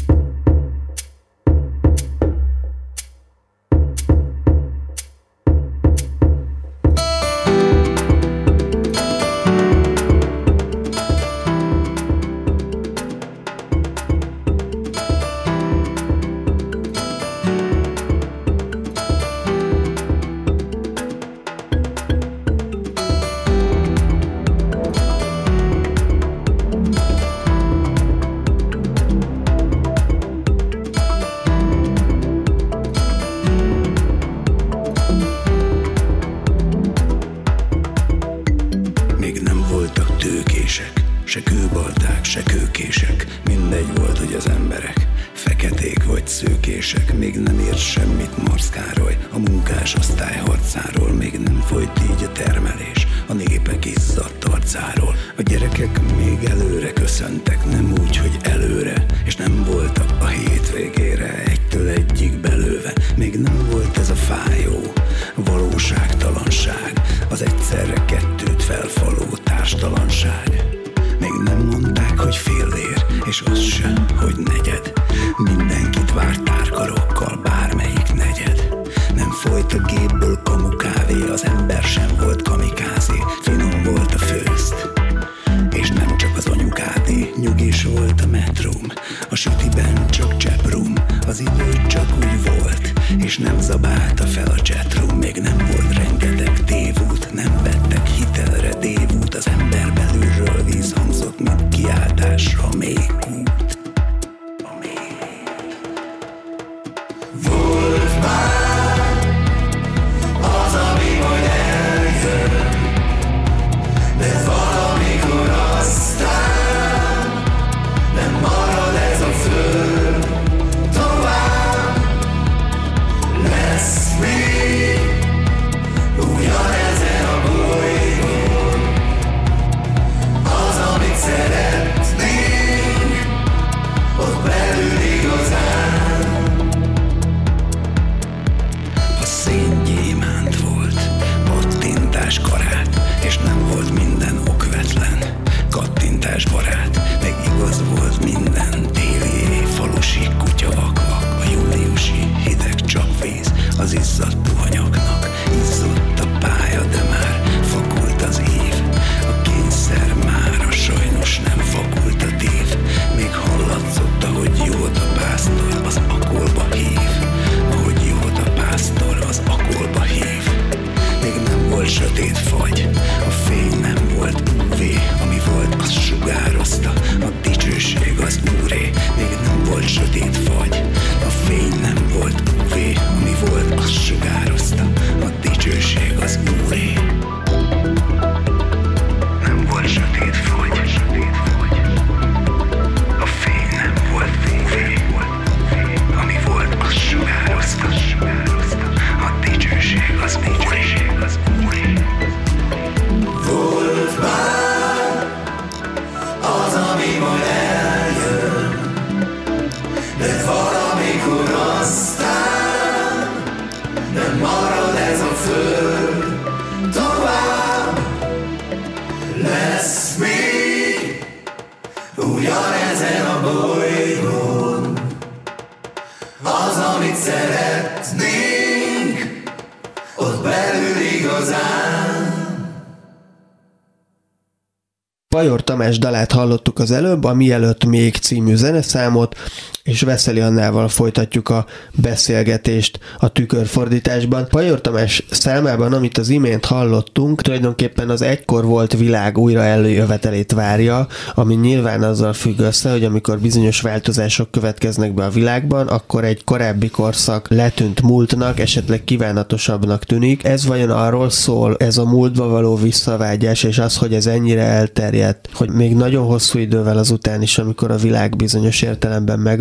Speaker 2: Pajor Tamás dalát hallottuk az előbb, a Mielőtt még című zeneszámot, és Veszeli Annával folytatjuk a beszélgetést a tükörfordításban. Pajor Tamás számában, amit az imént hallottunk, tulajdonképpen az egykor volt világ újra előjövetelét várja, ami nyilván azzal függ össze, hogy amikor bizonyos változások következnek be a világban, akkor egy korábbi korszak letűnt múltnak, esetleg kívánatosabbnak tűnik. Ez vajon arról szól, ez a múltba való visszavágyás, és az, hogy ez ennyire elterjedt, hogy még nagyon hosszú idővel azután is, amikor a világ bizonyos értelemben megváltozott,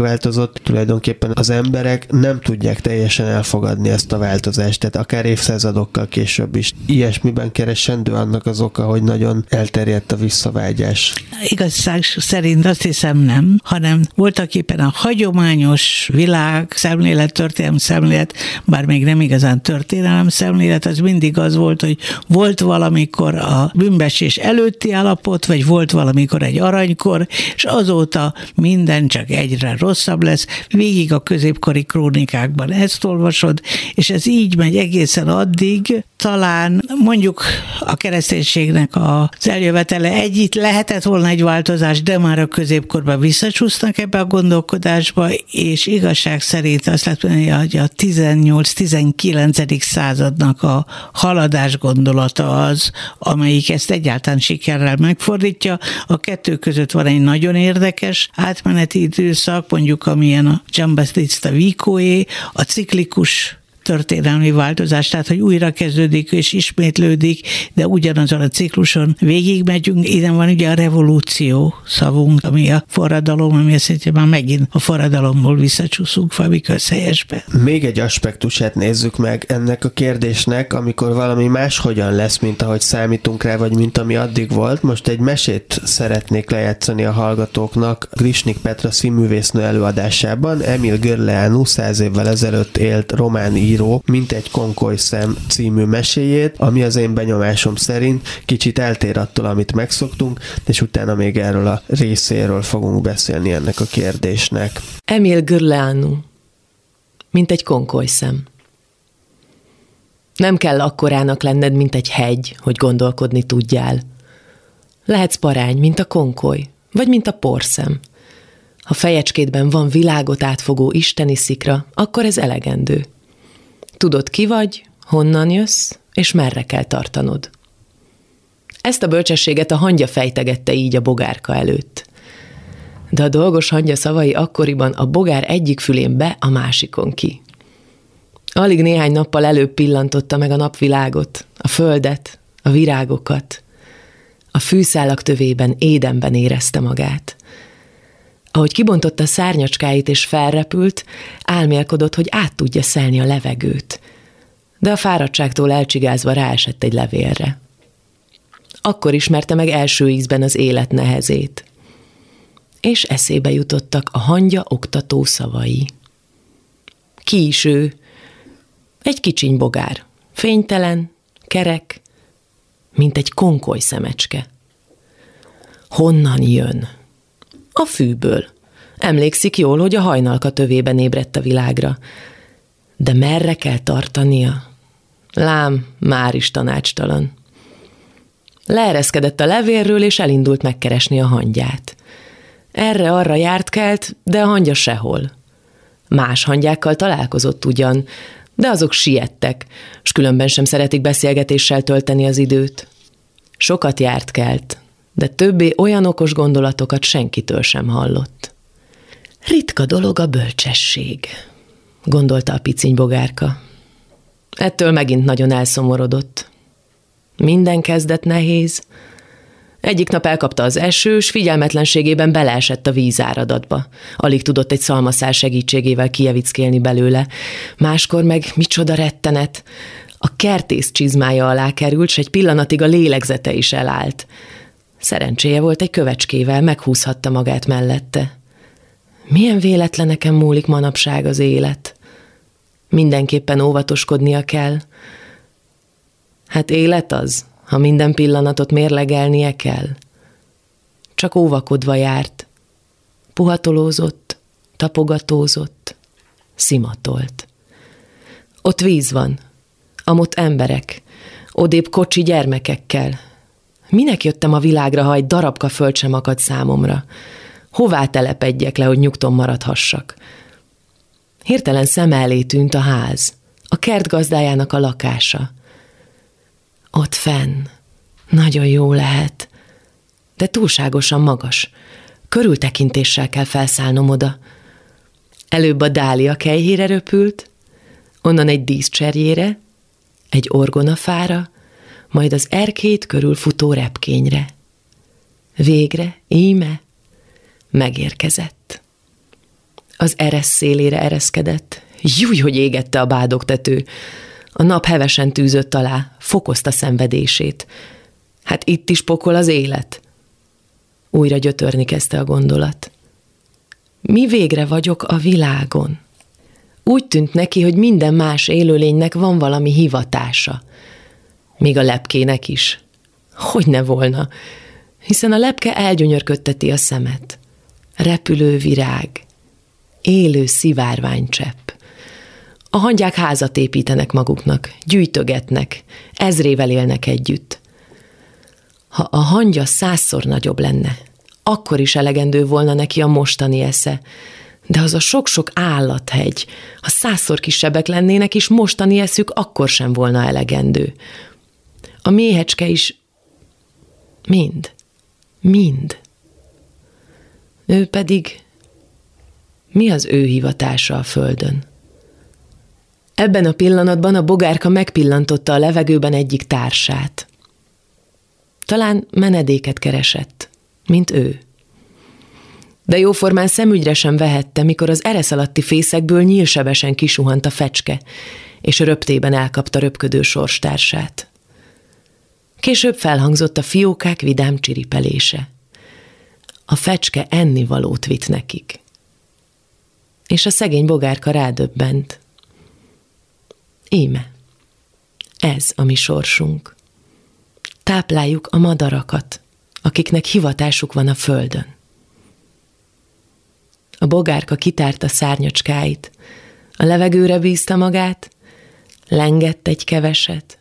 Speaker 2: megváltozott, tulajdonképpen az emberek nem tudják teljesen elfogadni ezt a változást, tehát akár évszázadokkal később is. Ilyesmiben keresendő annak az oka, hogy nagyon elterjedt a visszavágyás.
Speaker 7: Igazság szerint azt hiszem nem, hanem voltak éppen a hagyományos világ szemlélet, történelem szemlélet, bár még nem igazán történelem szemlélet, az mindig az volt, hogy volt valamikor a bűnbeesés előtti állapot, vagy volt valamikor egy aranykor, és azóta minden csak egyre rosszabb lesz. Végig a középkori krónikákban ezt olvasod, és ez így megy egészen addig, talán mondjuk a kereszténységnek az eljövetele együtt lehetett volna egy változás, de már a középkorban visszacsúsznak ebbe a gondolkodásba, és igazság szerint azt lehet mondani, hogy a tizennyolc-tizenkilencedik századnak a haladás gondolata az, amelyik ezt egyáltalán sikerrel megfordítja. A kettő között van egy nagyon érdekes átmeneti időszak, mondjuk amilyen a Giambattista Vicoé, a ciklikus történelmi változás, tehát hogy újra kezdődik és ismétlődik, de ugyanazon a cikluson végigmegyünk. Ide van ugye a revolúció szavunk, ami a forradalom, ami azt jelenti, már megint a forradalomból visszacsúszunk valami közhelyesbe.
Speaker 2: Még egy aspektusát nézzük meg ennek a kérdésnek, amikor valami máshogyan lesz, mint ahogy számítunk rá, vagy mint ami addig volt. Most egy mesét szeretnék lejátszani a hallgatóknak Grisnik Petra színművésznő előadásában. Emil Görleanu száz évvel ezelőtt élt román író, mint egy konkolyszem című meséjét, ami az én benyomásom szerint kicsit eltér attól, amit megszoktunk, és utána még erről a részéről fogunk beszélni ennek a kérdésnek.
Speaker 8: Emil Görleanu, mint egy konkolyszem. Nem kell akkorának lenned, mint egy hegy, hogy gondolkodni tudjál. Lehetsz parány, mint a konkoly, vagy mint a porszem. Ha fejecskédben van világot átfogó isteni szikra, akkor ez elegendő. Tudod, ki vagy, honnan jössz, és merre kell tartanod. Ezt a bölcsességet a hangya fejtegette így a bogárka előtt. De a dolgos hangya szavai akkoriban a bogár egyik fülén be, a másikon ki. Alig néhány nappal előbb pillantotta meg a napvilágot, a földet, a virágokat. A fűszálak tövében, Édenben érezte magát. Ahogy kibontotta szárnyacskáit és felrepült, álmélkodott, hogy át tudja szelni a levegőt. De a fáradtságtól elcsigázva ráesett egy levélre. Akkor ismerte meg első ízben az élet nehezét. És eszébe jutottak a hangya oktató szavai. Ki is ő? Egy kicsiny bogár, fénytelen, kerek, mint egy konkoly szemecske. Honnan jön? A fűből. Emlékszik jól, hogy a hajnalka tövében ébredt a világra. De merre kell tartania? Lám, már is tanácstalan. Leereszkedett a levélről, és elindult megkeresni a hangyát. Erre-arra járt kelt, de a hangya sehol. Más hangyákkal találkozott ugyan, de azok siettek, s különben sem szeretik beszélgetéssel tölteni az időt. Sokat járt kelt, de többé olyan okos gondolatokat senkitől sem hallott. Ritka dolog a bölcsesség, gondolta a piciny bogárka. Ettől megint nagyon elszomorodott. Minden kezdet nehéz. Egyik nap elkapta az eső, s figyelmetlenségében beleesett a vízáradatba. Alig tudott egy szalmaszál segítségével kijevickélni belőle. Máskor meg micsoda rettenet. A kertész csizmája alá került, s egy pillanatig a lélegzete is elállt. Szerencséje volt, egy kövecskével meghúzhatta magát mellette. Milyen véletleneken múlik manapság az élet. Mindenképpen óvatoskodnia kell. Hát élet az, ha minden pillanatot mérlegelnie kell. Csak óvakodva járt. Puhatolózott, tapogatózott, szimatolt. Ott víz van, amott emberek, odébb kocsi gyermekekkel. Minek jöttem a világra, ha egy darabka föld sem akad számomra? Hová telepedjek le, hogy nyugton maradhassak? Hirtelen szem elé tűnt a ház, a kert gazdájának a lakása. Ott fenn, nagyon jó lehet, de túlságosan magas. Körültekintéssel kell felszállnom oda. Előbb a dália kelyhére röpült, onnan egy díszcserjére, egy orgonafára, majd az erkét körül futó repkényre. Végre, íme, megérkezett. Az eresz szélére ereszkedett. Júj, hogy égette a bádogtető. A nap hevesen tűzött alá, fokozta szenvedését. Hát itt is pokol az élet. Újra gyötörni kezdte a gondolat. Mi végre vagyok a világon? Úgy tűnt neki, hogy minden más élőlénynek van valami hivatása. Még a lepkének is. Hogy ne volna, hiszen a lepke elgyönyörködteti a szemet. Repülő virág, élő szivárványcsepp. A hangyák házat építenek maguknak, gyűjtögetnek, ezrével élnek együtt. Ha a hangya százszor nagyobb lenne, akkor is elegendő volna neki a mostani esze, de az a sok-sok állathegy, ha százszor kisebbek lennének, és mostani eszük akkor sem volna elegendő. A méhecske is mind, mind. Ő pedig, mi az ő hivatása a földön? Ebben a pillanatban a bogárka megpillantotta a levegőben egyik társát. Talán menedéket keresett, mint ő. De jóformán szemügyre sem vehette, mikor az eresz alatti fészekből nyílsebesen kisuhant a fecske, és röptében elkapta röpködő sorstársát. Később felhangzott a fiókák vidám csiripelése. A fecske ennivalót vitt nekik. És a szegény bogárka rádöbbent. Íme, ez a mi sorsunk. Tápláljuk a madarakat, akiknek hivatásuk van a földön. A bogárka kitárta szárnyacskáit, a levegőre bízta magát, lengett egy keveset,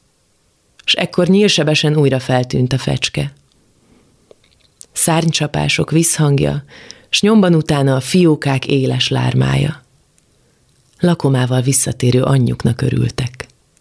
Speaker 8: s ekkor nyílsebesen újra feltűnt a fecske. Szárnycsapások visszhangja, s nyomban utána a fiókák éles lármája. Lakomával visszatérő anyjuknak örültek.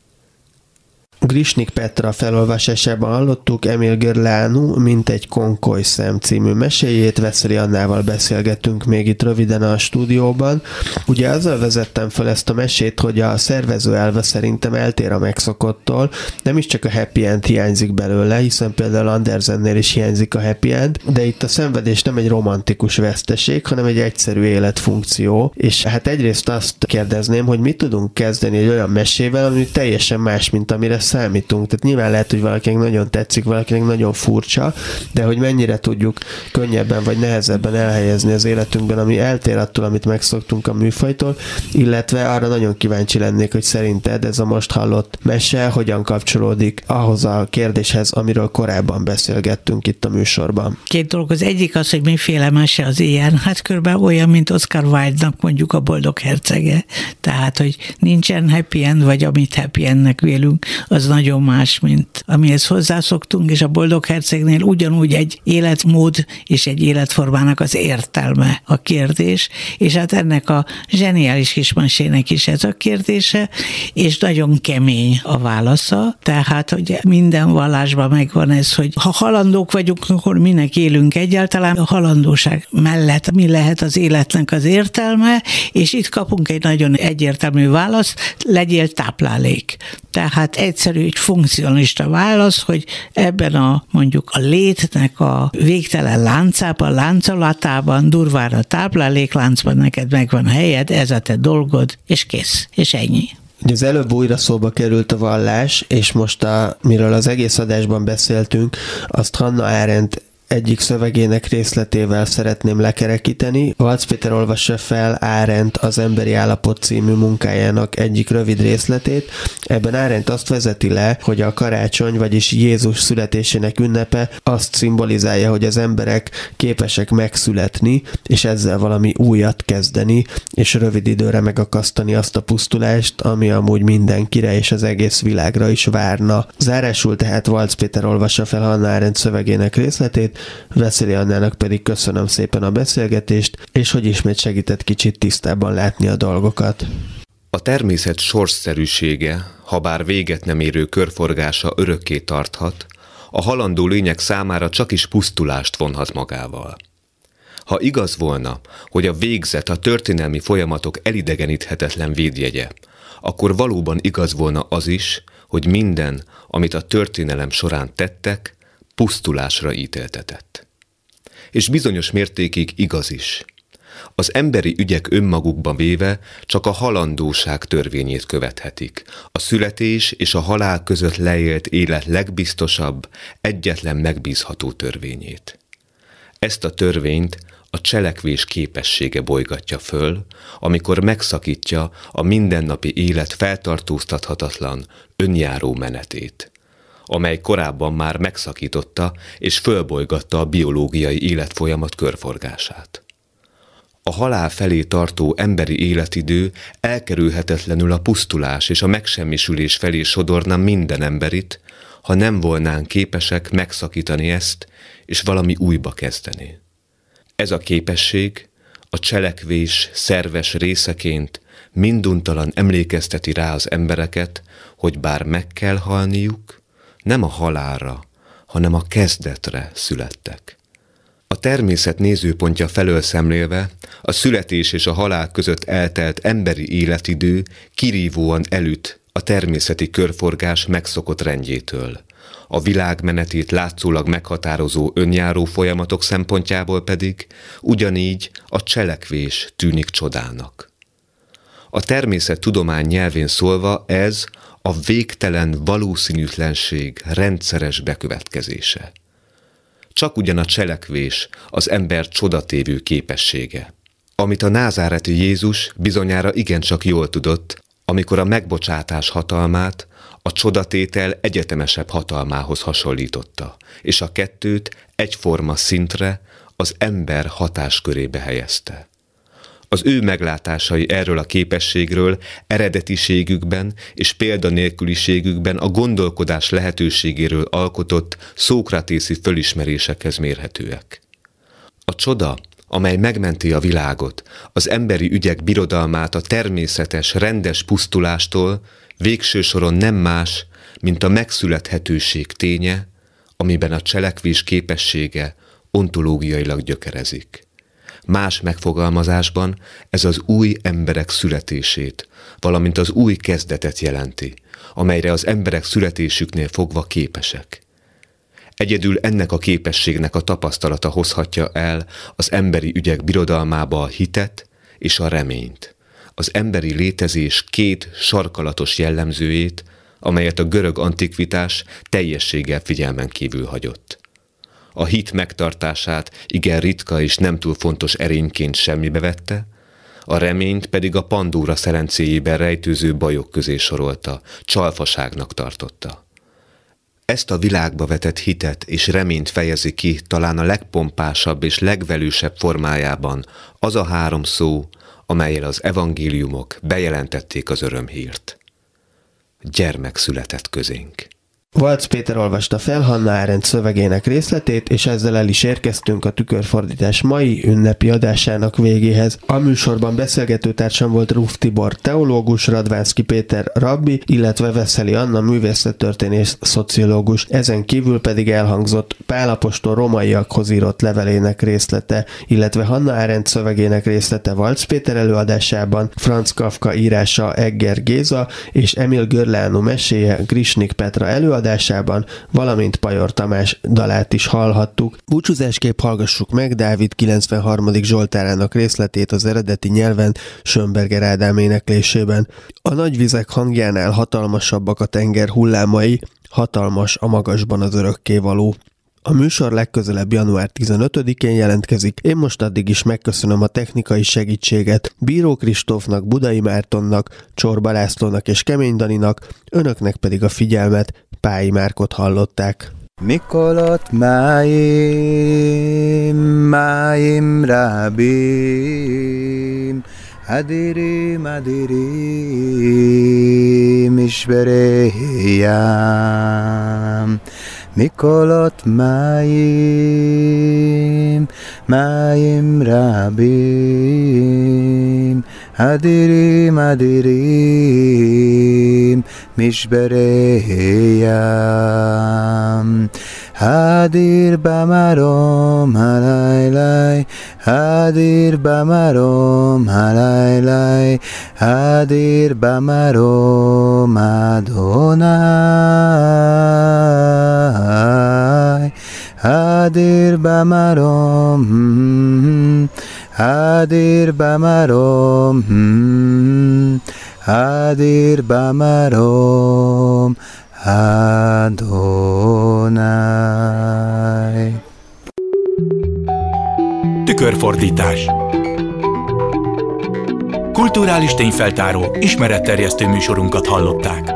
Speaker 2: Grisnik Petra felolvasásában hallottuk Emil Görlánu mint egy konkoly szem című meséjét, Veszeli Annával beszélgettünk még itt röviden a stúdióban. Ugye azzal vezettem fel ezt a mesét, hogy a szervező elve szerintem eltér a megszokottól, nem is csak a happy end hiányzik belőle, hiszen például Andersennél is hiányzik a happy end, de itt a szenvedés nem egy romantikus veszteség, hanem egy egyszerű életfunkció, és hát egyrészt azt kérdezném, hogy mit tudunk kezdeni egy olyan mesével, ami teljesen más, mint amire számítunk. Tehát nyilván lehet, hogy valakinek nagyon tetszik, valakinek nagyon furcsa, de hogy mennyire tudjuk könnyebben vagy nehezebben elhelyezni az életünkben, ami eltér attól, amit megszoktunk a műfajtól, illetve arra nagyon kíváncsi lennék, hogy szerinted ez a most hallott mese hogyan kapcsolódik ahhoz a kérdéshez, amiről korábban beszélgettünk itt a műsorban.
Speaker 7: Két dolog. Az egyik az, hogy miféle mese az ilyen. Hát körülbelül olyan, mint Oscar Wilde-nak mondjuk a Boldog hercege. Tehát, hogy nincsen happy end, vagy amit happy endnek vélünk, az nagyon más, mint amihez hozzászoktunk, és a Boldog hercegnél ugyanúgy egy életmód és egy életformának az értelme a kérdés, és hát ennek a zseniális kismesének is ez a kérdése, és nagyon kemény a válasza, tehát, hogy minden vallásban megvan ez, hogy ha halandók vagyunk, akkor minek élünk egyáltalán, a halandóság mellett mi lehet az életnek az értelme, és itt kapunk egy nagyon egyértelmű választ, legyél táplálék. Tehát egyszerű, egy funkcionalista válasz, hogy ebben a mondjuk a létnek a végtelen láncában, láncolatában, durvára táplálékláncban neked megvan helyed, ez a te dolgod, és kész, és ennyi.
Speaker 2: Ugye az előbb újra szóba került a vallás, és most a, miről az egész adásban beszéltünk, azt Hannah Arendt egyik szövegének részletével szeretném lekerekíteni. Valc Péter olvassa fel Arendt az Emberi állapot című munkájának egyik rövid részletét. Ebben Arendt azt vezeti le, hogy a karácsony, vagyis Jézus születésének ünnepe azt szimbolizálja, hogy az emberek képesek megszületni, és ezzel valami újat kezdeni, és rövid időre megakasztani azt a pusztulást, ami amúgy mindenkire és az egész világra is várna. Zárásul tehát Valc Péter olvassa fel Hannah Arendt szövegének részletét, Veszeli Annának pedig köszönöm szépen a beszélgetést, és hogy ismét segített kicsit tisztában látni a dolgokat.
Speaker 4: A természet sorsszerűsége, ha bár véget nem érő körforgása örökké tarthat, a halandó lények számára csak is pusztulást vonhat magával. Ha igaz volna, hogy a végzet a történelmi folyamatok elidegeníthetetlen védjegye, akkor valóban igaz volna az is, hogy minden, amit a történelem során tettek, pusztulásra ítéltetett. És bizonyos mértékig igaz is. Az emberi ügyek önmagukban véve csak a halandóság törvényét követhetik, a születés és a halál között leélt élet legbiztosabb, egyetlen megbízható törvényét. Ezt a törvényt a cselekvés képessége bolygatja föl, amikor megszakítja a mindennapi élet feltartóztathatatlan, önjáró menetét, amely korábban már megszakította és fölbolygatta a biológiai életfolyamat körforgását. A halál felé tartó emberi életidő elkerülhetetlenül a pusztulás és a megsemmisülés felé sodorna minden emberit, ha nem volnánk képesek megszakítani ezt, és valami újba kezdeni. Ez a képesség a cselekvés szerves részeként minduntalan emlékezteti rá az embereket, hogy bár meg kell halniuk, nem a halálra, hanem a kezdetre születtek. A természet nézőpontja felől szemlélve, a születés és a halál között eltelt emberi életidő kirívóan elüt a természeti körforgás megszokott rendjétől. A világ menetét látszólag meghatározó önjáró folyamatok szempontjából pedig ugyanígy a cselekvés tűnik csodának. A természettudomány nyelvén szólva ez a végtelen valószínűtlenség rendszeres bekövetkezése. Csak ugyan a cselekvés az ember csodatévő képessége, amit a názáreti Jézus bizonyára igencsak jól tudott, amikor a megbocsátás hatalmát a csodatétel egyetemesebb hatalmához hasonlította, és a kettőt egyforma szintre az ember hatáskörébe helyezte. Az ő meglátásai erről a képességről eredetiségükben és példanélküliségükben a gondolkodás lehetőségéről alkotott szókratészi fölismerésekhez mérhetőek. A csoda, amely megmenti a világot, az emberi ügyek birodalmát a természetes, rendes pusztulástól, végső soron nem más, mint a megszülethetőség ténye, amiben a cselekvés képessége ontológiailag gyökerezik. Más megfogalmazásban ez az új emberek születését, valamint az új kezdetet jelenti, amelyre az emberek születésüknél fogva képesek. Egyedül ennek a képességnek a tapasztalata hozhatja el az emberi ügyek birodalmába a hitet és a reményt, az emberi létezés két sarkalatos jellemzőjét, amelyet a görög antikvitás teljességgel figyelmen kívül hagyott. A hit megtartását igen ritka és nem túl fontos erényként semmibe vette, a reményt pedig a Pandóra szelencéjében rejtőző bajok közé sorolta, csalfaságnak tartotta. Ezt a világba vetett hitet és reményt fejezi ki talán a legpompásabb és legvelősebb formájában az a három szó, amellyel az evangéliumok bejelentették az örömhírt. Gyermek született közénk.
Speaker 2: Valc Péter olvasta fel Hannah Arendt szövegének részletét, és ezzel el is érkeztünk a Tükörfordítás mai ünnepi adásának végéhez. A műsorban beszélgetőtársam volt Ruf Tibor teológus, Radvánszky Péter rabbi, illetve Veszeli Anna művészettörténész szociológus. Ezen kívül pedig elhangzott Pál apostol rómaiakhoz írott levelének részlete, illetve Hannah Arendt szövegének részlete Valc Péter előadásában, Franz Kafka írása Egger Géza és Emil Görleanu meséje Grisnik Petra előadásában, valamint Pajor Tamás dalát is hallhattuk. Búcsúzásképp hallgassuk meg Dávid kilencvenharmadik Zsoltárának részletét az eredeti nyelven Schönberger Ádám éneklésében. A nagy vizek hangjánál hatalmasabbak a tenger hullámai, hatalmas a magasban az örökkévaló. A műsor legközelebb január tizenötödikén jelentkezik, én most addig is megköszönöm a technikai segítséget Bíró Kristófnak, Budai Mártonnak, Csorba Lászlónak és Kemény Daninak, önöknek pedig a figyelmet, Pályi Márkot hallották.
Speaker 9: Mikolat máim, máim rábim, hadirim, hadirim, isberejám. Mikolat máim, máim rábim, hadirim, hadirim, misbereyam. Hadir bamarom halaylay, hadir bamarom halaylay, hadir bamarom Adonai, hadir bamarom, Hadir bamarom, hmm, Hadir bamarom, Adonai.
Speaker 1: Tükörfordítás. Kulturális tényfeltáró, ismeretterjesztő műsorunkat hallották.